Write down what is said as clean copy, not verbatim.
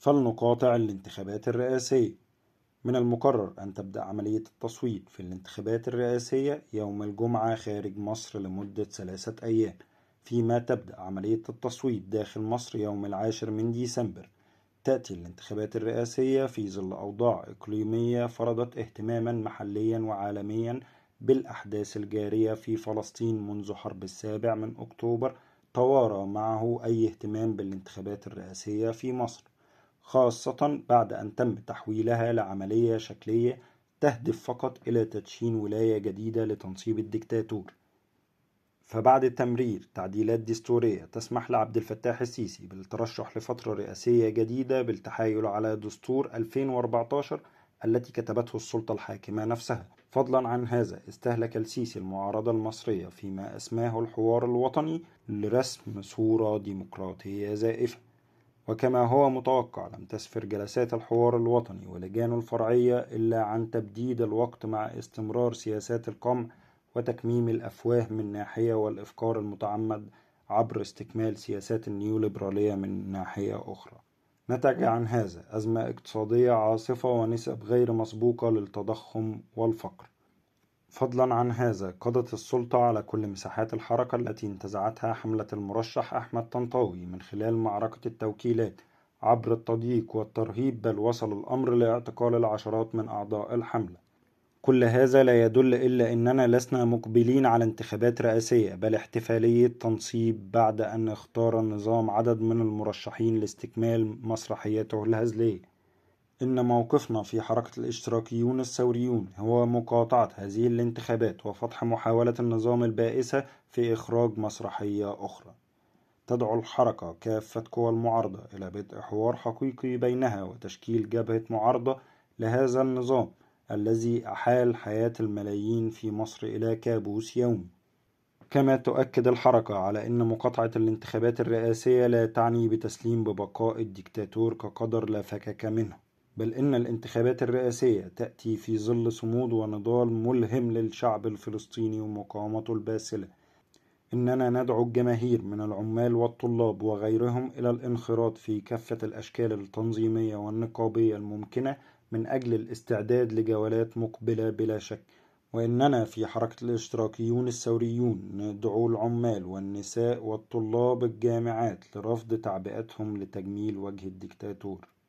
فلنقاطع الانتخابات الرئاسية. من المقرر أن تبدأ عملية التصويت في الانتخابات الرئاسية يوم الجمعة خارج مصر لمدة 3 أيام، فيما تبدأ عملية التصويت داخل مصر يوم 10 من ديسمبر. تأتي الانتخابات الرئاسية في ظل أوضاع إقليمية فرضت اهتماما محليا وعالميا بالأحداث الجارية في فلسطين منذ حرب 7 من أكتوبر، توارى معه أي اهتمام بالانتخابات الرئاسية في مصر، خاصة بعد أن تم تحويلها لعملية شكلية تهدف فقط إلى تدشين ولاية جديدة لتنصيب الدكتاتور. فبعد تمرير تعديلات دستورية تسمح لعبد الفتاح السيسي بالترشح لفترة رئاسية جديدة بالتحايل على دستور 2014 التي كتبته السلطة الحاكمة نفسها. فضلا عن هذا، استهلك السيسي المعارضة المصرية فيما أسماه الحوار الوطني لرسم صورة ديمقراطية زائفة. وكما هو متوقع، لم تسفر جلسات الحوار الوطني ولجانه الفرعية إلا عن تبديد الوقت مع استمرار سياسات القمع وتكميم الأفواه من ناحية، والإفقار المتعمد عبر استكمال سياسات النيوليبرالية من ناحية أخرى. نتج عن هذا أزمة اقتصادية عاصفة ونسب غير مسبوقة للتضخم والفقر. فضلا عن هذا، قضت السلطة على كل مساحات الحركة التي انتزعتها حملة المرشح أحمد طنطاوي من خلال معركة التوكيلات عبر التضييق والترهيب، بل وصل الأمر لاعتقال العشرات من أعضاء الحملة. كل هذا لا يدل إلا أننا لسنا مقبلين على انتخابات رئاسية، بل احتفالية تنصيب بعد أن اختار النظام عدد من المرشحين لاستكمال مسرحيته الهزلية. إن موقفنا في حركة الاشتراكيون الثوريون هو مقاطعة هذه الانتخابات وفتح محاولة النظام البائسة في إخراج مسرحية أخرى. تدعو الحركة كافة قوى المعارضة إلى بدء حوار حقيقي بينها وتشكيل جبهة معارضة لهذا النظام الذي أحال حياة الملايين في مصر إلى كابوس يومي. كما تؤكد الحركة على أن مقاطعة الانتخابات الرئاسية لا تعني بتسليم ببقاء الدكتاتور كقدر لا فكك منه، بل إن الانتخابات الرئاسية تأتي في ظل صمود ونضال ملهم للشعب الفلسطيني ومقاومته الباسلة. إننا ندعو الجماهير من العمال والطلاب وغيرهم إلى الانخراط في كافة الأشكال التنظيمية والنقابية الممكنة من أجل الاستعداد لجولات مقبلة بلا شك. وإننا في حركة الاشتراكيون الثوريون ندعو العمال والنساء والطلاب الجامعات لرفض تعبئتهم لتجميل وجه الدكتاتور.